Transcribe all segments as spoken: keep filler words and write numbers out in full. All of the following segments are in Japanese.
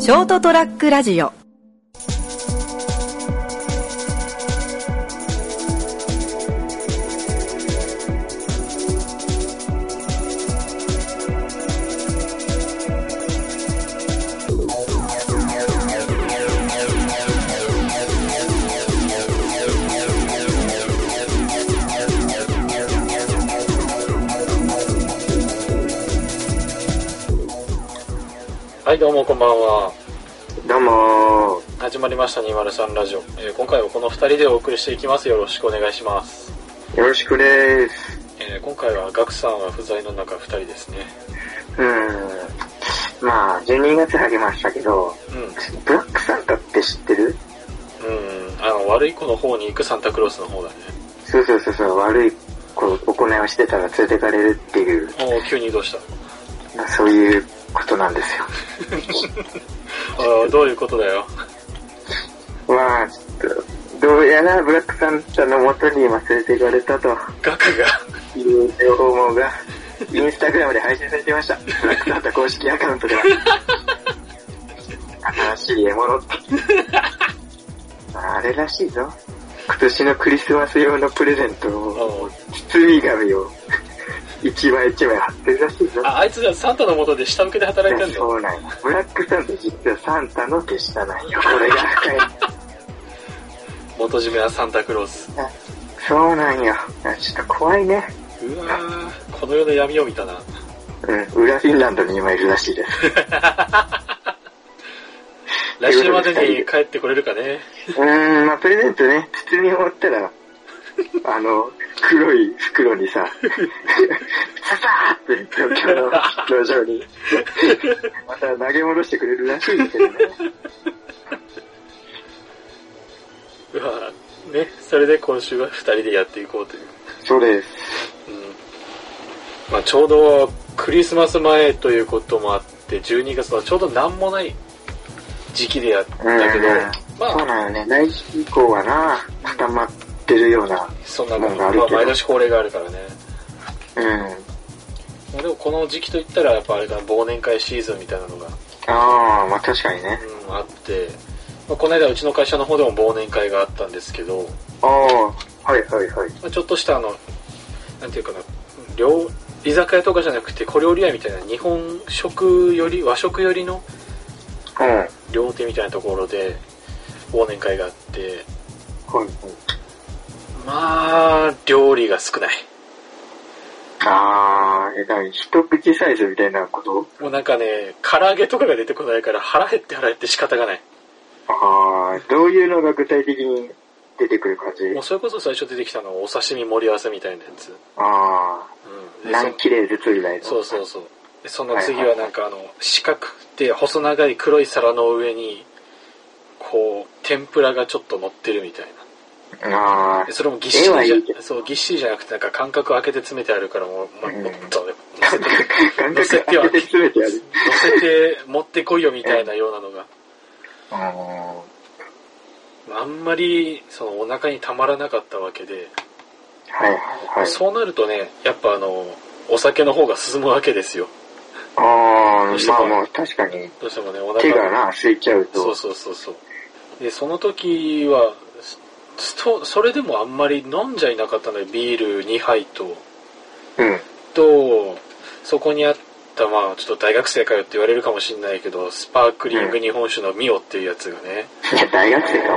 ショートトラックラジオ。 はい、どうもこんばんは。 どうも始まりましたにひゃくさんラジオ、えー、今回はこのふたりでお送りしていきます。よろしくお願いします。 よろしくです、 えー、今回はガクさんは不在の中ふたりですね。 うーん、まあじゅうにがつ入りましたけど、うん、ブラックサンタって知ってる？ うん、あの悪い子の方に行くサンタクロースの方だね。 そうそうそうそう、悪い子行いをしてたら連れてかれるっていう。 おー、急にどうした？ そういうことなんですよ。 ああ、どういうことだよ。 まあちょっとどうやらブラックサンタの元に今連れてかれたとガクがいう情報がインスタグラムで配信されていました。ブラックサンタ公式アカウントでは新しい獲物ってあれらしいぞ。今年のクリスマス用のプレゼントを包み紙を一枚一枚貼ってるらしいぞ。 あ、あいつがサンタの元で下請けで働いてんの？ そうなんや。ブラックサンタ実はサンタの手下なんよ。これが深い。 元締めはサンタクロース。 そうなんよ。ちょっと怖いね。 うわー、この世の闇を見たな。 うん、裏フィンランドに今いるらしいです。 来週までに帰ってこれるかね。 うーん、まあプレゼントね、包み終わったら、あの、黒い袋にさ、ささーって東京の路上に、また投げ戻してくれるらしいですけどね。 うわぁ、ね、それで今週はふたりでやっていこうという。 そうです。 うん。まあちょうどクリスマス前ということもあって、じゅうにがつのちょうどなんもない時期でやったけど、 まあ、そうなんよね。来週以降はな、固まってるようなそんなもんがあるけど、まあ、毎年恒例があるからね。 うん。 まあ、でもこの時期といったらやっぱあれかな、忘年会シーズンみたいなのが。 ああ、まあ確かにね。 うん、あって、まあ、この間うちの会社の方でも忘年会があったんですけど、 ああ、はいはいはい。 まあ、ちょっとしたあの、なんていうかな、料居酒屋とかじゃなくて小料理屋みたいな日本食より和食よりの料亭みたいなところで忘年会があって、 はいはい、 まあ料理が少ない。 あー、え、なに一口サイズみたいなこと？ もうなんかね、唐揚げとかが出てこないから腹減って腹減って仕方がない。 あー、どういうのが具体的に出てくる感じ？ もうそれこそ最初出てきたのはお刺身盛り合わせみたいなやつ。 あー、うん、何切れずつみたいな。 そうそうそう。でその次はなんかあの四角くて細長い黒い皿の上にこう天ぷらがちょっと乗ってるみたいな。 あでそれもぎっしりじゃ、いいそうぎっしりじゃなくてなんか間隔開けて詰めてあるからもう、まあ、もっとね、 うん、乗せて乗せて詰めてある。 乗せて持ってこいよみたいなようなのが。 ああんまりそのお腹にたまらなかったわけで、 はいはいはい。 そうなるとね、やっぱあのお酒の方が進むわけですよ。 ああ、まあまあ確かに。 どうしてもね、お腹手がな空いちゃうと。 そうそうそうそう。でその時はそそれでもあんまり飲んじゃいなかったのよ。ビールにはいと、 うん、 とそこにあったまあちょっと大学生かよって言われるかもしれないけどスパークリング日本酒のミオっていうやつがね。 いや大学生かも。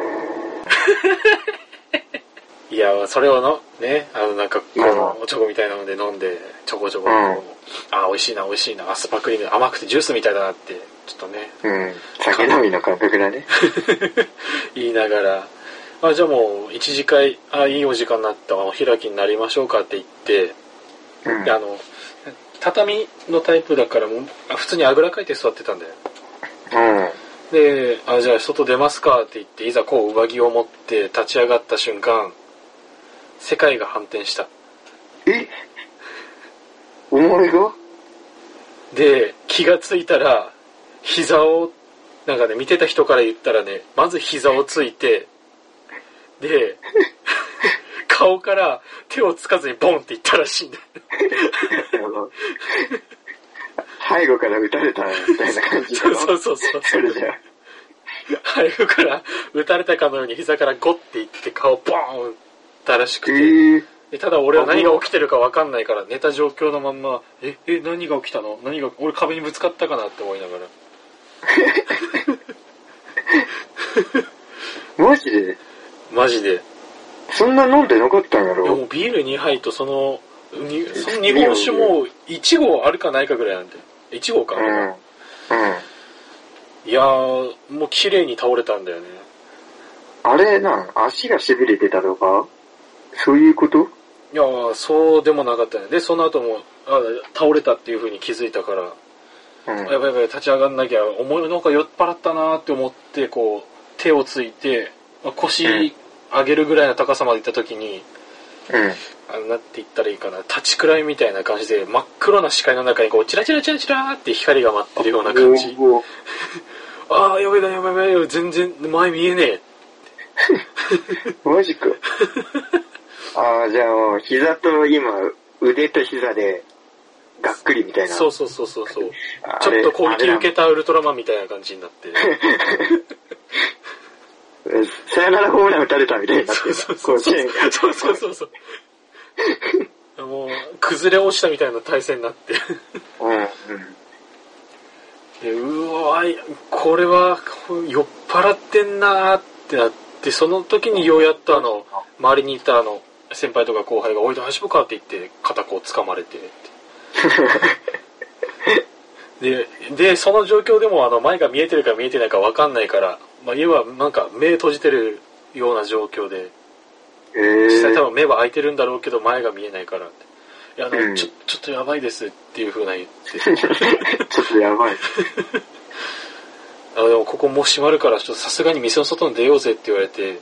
いやそれをのねあのなんかこのおちょこみたいなので飲んでちょこちょこ、うん、あ美味しいな美味しいなスパークリング甘くてジュースみたいだなってちょっとね。 うん。酒飲みの感覚だね。 言いながら。あじゃあもう一次会あいいお時間になったお開きになりましょうかって言って、うん、であの畳のタイプだからもう普通にあぐらかいて座ってたんだよ、うん、であじゃあ外出ますかって言っていざこう上着を持って立ち上がった瞬間世界が反転した。 えお前が？ で気がついたら膝をなんかね見てた人から言ったらねまず膝をついてで顔から手をつかずにボンっていったらしいんだよ。 背後から撃たれたみたいな感じだろ。 そうそうそう。 それじゃ。 背後から撃たれたかのように膝からゴッていって顔ボーン撃ったらしくて。えー、 でただ俺は何が起きてるか分かんないから寝た状況のまんま、え、え、何が起きたの何が、俺壁にぶつかったかなって思いながら。 マジでマジで。 そんな飲んでなかったんやろ。 いやもうビールにはいとその、にその日本酒もいちごうあるかないかぐらいなんで。いちごうか。 うん。うん。 いやー、もう綺麗に倒れたんだよね。 あれな、足が痺れてたとかそういうこと？ いやー、そうでもなかったね。で、その後も、あ倒れたっていう風に気づいたから、うん、やばいやばい、立ち上がんなきゃ、思いのほか酔っ払ったなーって思って、こう、手をついて、腰上げるぐらいの高さまで行った時に、うん。あの、なんて言ったらいいかな、立ちくらいみたいな感じで、真っ黒な視界の中にこう、チラチラチラチラーって光が舞ってるような感じ。ああ、やばいだ、やばいやばい、全然前見えねえ。 マジか。ああ、じゃあもう、膝と今、腕と膝で、がっくりみたいな。 そうそうそうそうそう。ちょっと攻撃受けたウルトラマンみたいな感じになって。 さよならホームラン打たれたみたいになってる。 そうそうそう。そうそうそうそう。もう、崩れ落ちたみたいな体勢になって。うん、うん。で、うわこれは、酔っ払ってんなーってなって、その時にようやっとあの、周りにいたあの、先輩とか後輩が、おい大丈夫かって言って、肩こう掴まれて、で、で、その状況でもあの、前が見えてるか見えてないか分かんないから、まあ、要はなんか目閉じてるような状況で、えー、実際多分目は開いてるんだろうけど前が見えないからって。いや、あの、うん、ちょ、ちょっとやばいですっていう風な言って。 ちょっとやばい。 あでもここもう閉まるから、ちょっとさすがに店の外に出ようぜって言われて、うん、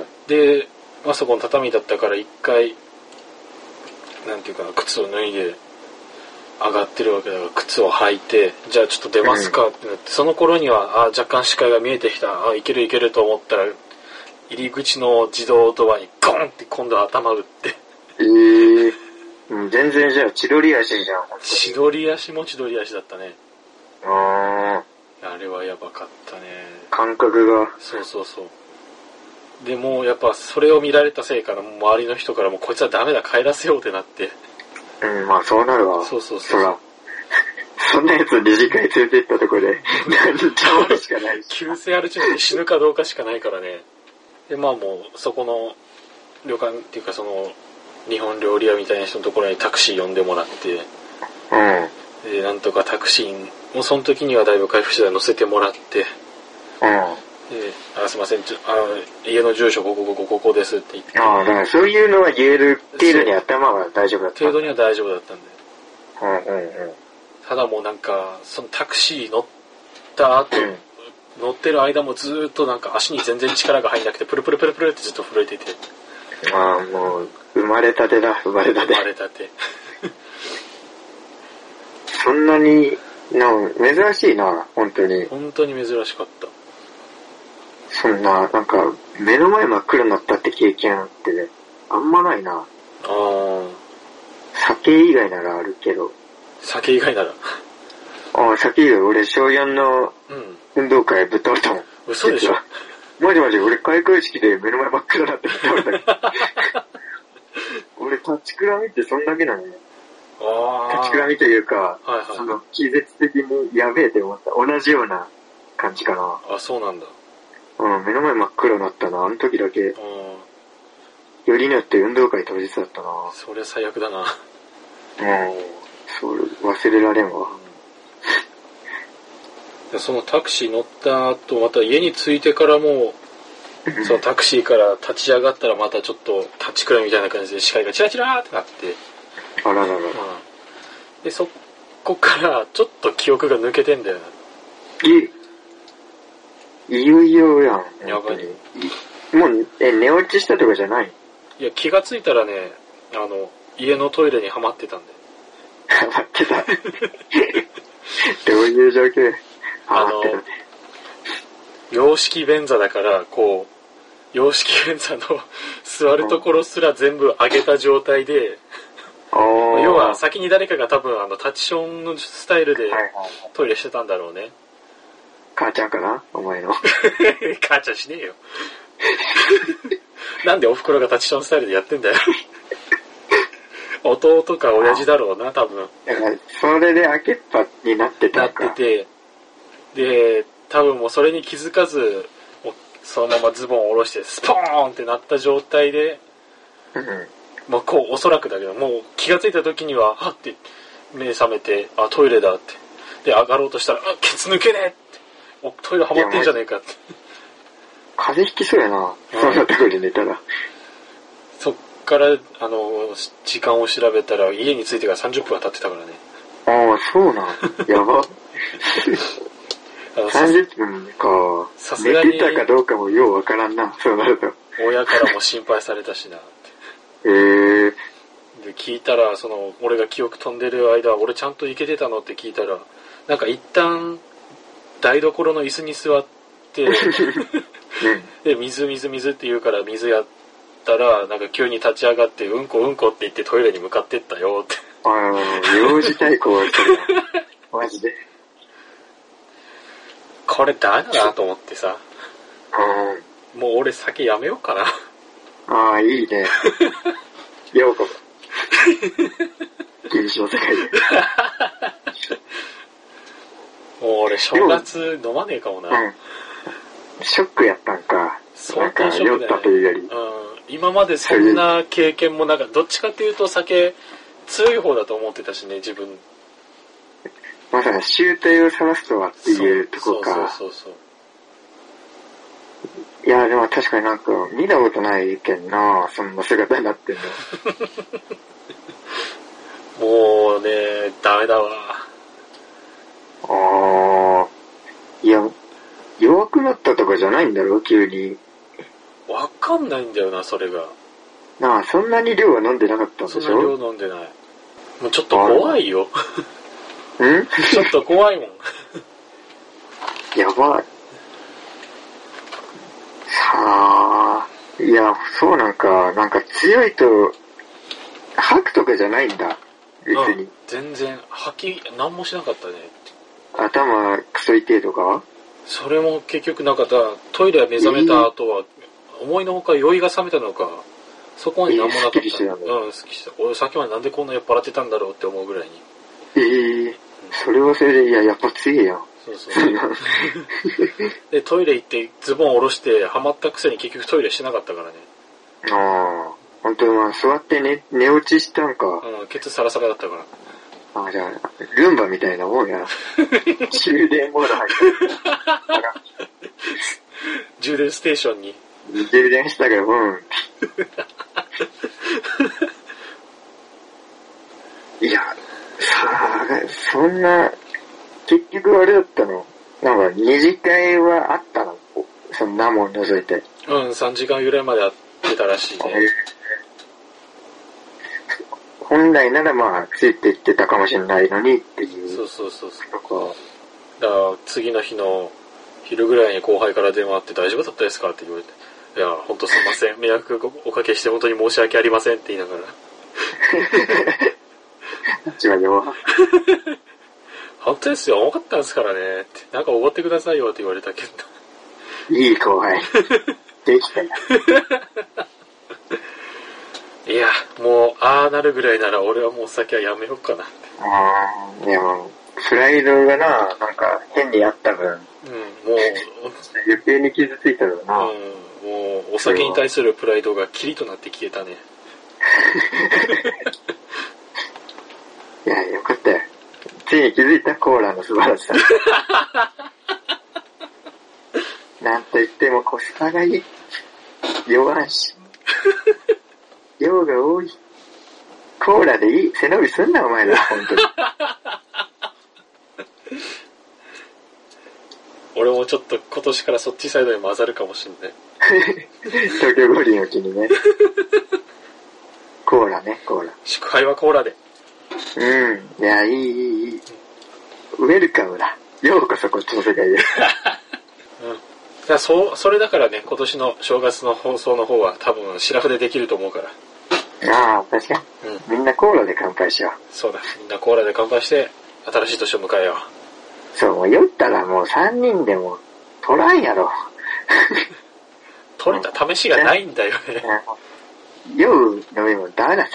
で、まあそこの畳だったから一回、なんていうかな、靴を脱いで上がってるわけだから、靴を履いて、じゃあちょっと出ますかってなって、うん、その頃には、あ若干視界が見えてきた、あいけるいけると思ったら、入り口の自動ドアにゴンって今度は頭打って。 えー、うん、全然じゃあ千鳥足じゃん。 千鳥足も千鳥足だったね。ああれはやばかったね。 感覚が。 そうそうそう。でもやっぱそれを見られたせいかな、周りの人からもこいつはダメだ帰らせようってなって。 うん、まあそうなるわ。 そうそうそう。 そら。そんなやつ二次会連れて行ったとこで、何日もしかないし。 急性アルチメで死ぬかどうかしかないからね。で、まあもうそこの旅館っていうかその日本料理屋みたいな人のところにタクシー呼んでもらって、うん。で、なんとかタクシーに、もうその時にはだいぶ回復して乗せてもらって、うん。で、あ、すいません、ちょあ家の住所ここここここですって言って。 ああ、だからそういうのは言える程度に頭は大丈夫だった。 程度には大丈夫だったんで。 うんうんうん。 ただもうなんか、そのタクシー乗った後、うん、乗ってる間もずーっとなんか足に全然力が入んなくて、プルプルプルプルってずっと震えてて。 ああ、もう、生まれたてだ、生まれたて。 生まれたて。 そんなに、な珍しいな、本当に。 本当に珍しかった。 そんな、なんか、目の前真っ黒になったって経験って、ね、あんまないな。ああ。酒以外ならあるけど。 酒以外ならああ、酒以外、俺、小よんの運動会ぶっ倒れたもん。 嘘でしょマジマジ、俺、開会式で目の前真っ黒になってぶっ倒れた。俺、立ちくらみってそんだけなのね。ああ。立ちくらみというか、はいはい、その、気絶的にやべえって思った。同じような感じかな。 あ、そうなんだ。 うん、目の前真っ黒になったな、あの時だけ。よりによって運動会当日だったな。 そりゃ最悪だな。 うん、それ忘れられんわ。 うん、そのタクシー乗った後、また家に着いてからも、そのタクシーから立ち上がったらまたちょっと立ちくらみみたいな感じで視界がチラチラーってなって。 あららら。うん、 で、そこからちょっと記憶が抜けてんだよな。 えいよいよやん。 やばい。 もう、え、寝落ちしたとかじゃない？ いや、気がついたらね、あの、家のトイレにはまってたんで。 はまってた。どういう状況ではまってた？ 洋式便座だから、こう、洋式便座の座るところすら全部上げた状態で、要要は先に誰かが多分あのタッチションのスタイルでトイレしてたんだろうね。 母ちゃんかなお前の。 母ちゃんしねえよ。なんでお袋がタッチションスタイルでやってんだよ。弟か親父だろうな、多分。 だから、それで開けっぱになってたなってて、で、多分もうそれに気づかず、そのままズボンを下ろして、スポーンってなった状態で、 うん、 まあこう、おそらくだけど、もう気がついた時には、はって目覚めて、あ、トイレだって。で、上がろうとしたら、あ、ケツ抜けねえって。お、トイレハマってんじゃねえかって。 風邪ひきそうやな、うん、そんなところで寝たら。 そっから、あの、時間を調べたら、家に着いてからさんじゅっぷんは経ってたからね。 ああ、そうなん。やば。さんじゅっぷんか。さすがに寝てたかどうかもようわからんな、そうなると。 親からも心配されたしなって。 へえー。 で、聞いたら、その、俺が記憶飛んでる間、俺ちゃんと行けてたのって聞いたら、なんか一旦、台所の椅子に座って、で、水水水って言うから水やったら、なんか急に立ち上がって、うんこうんこって言ってトイレに向かってったよって。 ああ、幼児対抗はそれ。マジで。 これダメだなと思ってさ。 うん。 もう俺酒やめようかな。 ああ、いいね。ようこそ。禁止の世界で。 もう俺正月飲まねえかもな。 うん。ショックやったんか。 相当ショックだよね。 酔ったというより。 うん。今までそんな経験もなんか、どっちかっていうと酒強い方だと思ってたしね、自分。 まさか醜態を晒すとはっていうとこか。 そうそうそうそう。 いや、でも確かになんか見たことないけんな、そんな姿になってんの。もうね、ダメだわ。 ああ、いや、弱くなったとかじゃないんだろ、急に。 わかんないんだよな、それが。 なあ、そんなに量は飲んでなかったんでしょ？ そんな量飲んでない。もうちょっと怖いよ。んちょっと怖いもん。 やばい。さあ、いや、そうなんか、なんか強いと、吐くとかじゃないんだ、別に。うん、 全然、吐き、なんもしなかったね。 頭、くそい程度か？ それも結局なんかトイレ目覚めた後は、えー、思いのほか酔いが覚めたのか、そこまでなんもなかった。えー、すっきりしてたんだ。うん、すっきりした。俺さっきまでなんでこんな酔っ払ってたんだろうって思うぐらいに。 ええー、うん、それはそれで、いや、やっぱ強いやん。 そうそう。で、トイレ行ってズボン下ろしてハマったくせに結局トイレしてなかったからね。 ああ、本当にまあ座って寝、寝落ちしたんか。 うん、ケツサラサラだったから。 ああ、じゃあ、ルンバみたいなもんや。充電モード入った。 充電ステーションに。 充電したから、うん。いや、さあ、そんな、結局あれだったの？なんか二次会はあったの？そんなもん除いて。 うん、さんじかんぐらいまでやってたらしいね。 本来ならまあ、ついていってたかもしれないのにっていう。 そうそうそうそう。だから次の日の昼ぐらいに後輩から電話あって大丈夫だったですかって言われて。いや、ほんとすいません。迷惑おかけして本当に申し訳ありませんって言いながら。 一番弱。 本当ですよ、重かったんですからねって。なんかおごってくださいよって言われたけど。 いい後輩。できたよ。 いや、もう、ああなるぐらいなら俺はもう酒はやめようかなって。 ああ、でも、プライドがな、なんか変にあった分。うん、もう、余計に傷ついたよな。 うん、もう、お酒に対するプライドがキリとなって消えたね。 いや、よかったよ。ついに気づいたコーラの素晴らしさ。なんと言ってもコスパがいい。弱いし。量が多い。コーラでいい。背伸びすんなお前ら、本当に。 俺もちょっと今年からそっちサイドに混ざるかもしんない。 東京五輪を機にね。コーラね、コーラ。 祝杯はコーラで。 うん。いや、いい、いい、いい。ウェルカムだ。ようこそこっちの世界で。うん。 いや、そう、それだからね、今年の正月の放送の方は多分、シラフでできると思うから。 ああ、確かに。 うん、 みんなコーラで乾杯しよう。 そうだ、みんなコーラで乾杯して新しい年を迎えよう。 そう、もう酔ったらもうさんにんでも取らんやろ。 取れた試しがないんだよね。 酔う飲み物ダメだぜ。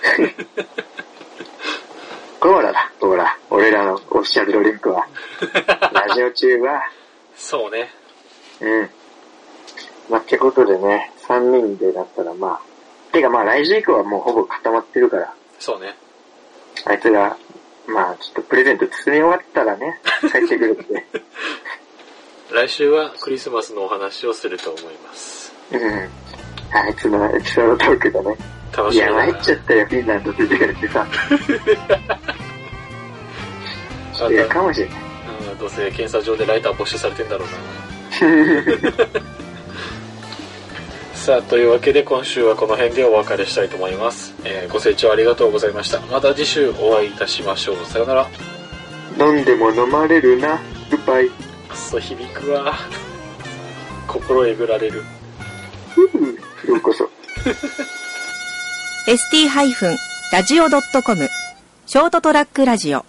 コーラだ、コーラ。俺らのオフィシャルドリンクは。ラジオ中は。 そうね。 うん。まあ、ってことでね、さんにんでだったらまあ、てかまあ来週以降はもうほぼ固まってるから。 そうね。 あいつが、まあちょっとプレゼント包み終わったらね、帰ってくるって。 来週はクリスマスのお話をすると思います。 うん。あいつのエピソードトークだね。 楽しみだな。 いや、参っちゃったよ、フィンランド出てくれてさ。いや、かもしれない。 うん、どうせ検査場でライター募集されてんだろうな。さあ、というわけで今週はこの辺でお別れしたいと思います。えー、ご清聴ありがとうございました。また次週お会いいたしましょう。さよなら。 飲んでも飲まれるな。グッバイ。 くそ響くわ。心えぐられる。 ようこそ。 エスティー ラジオ ドットコム ショートトラックラジオ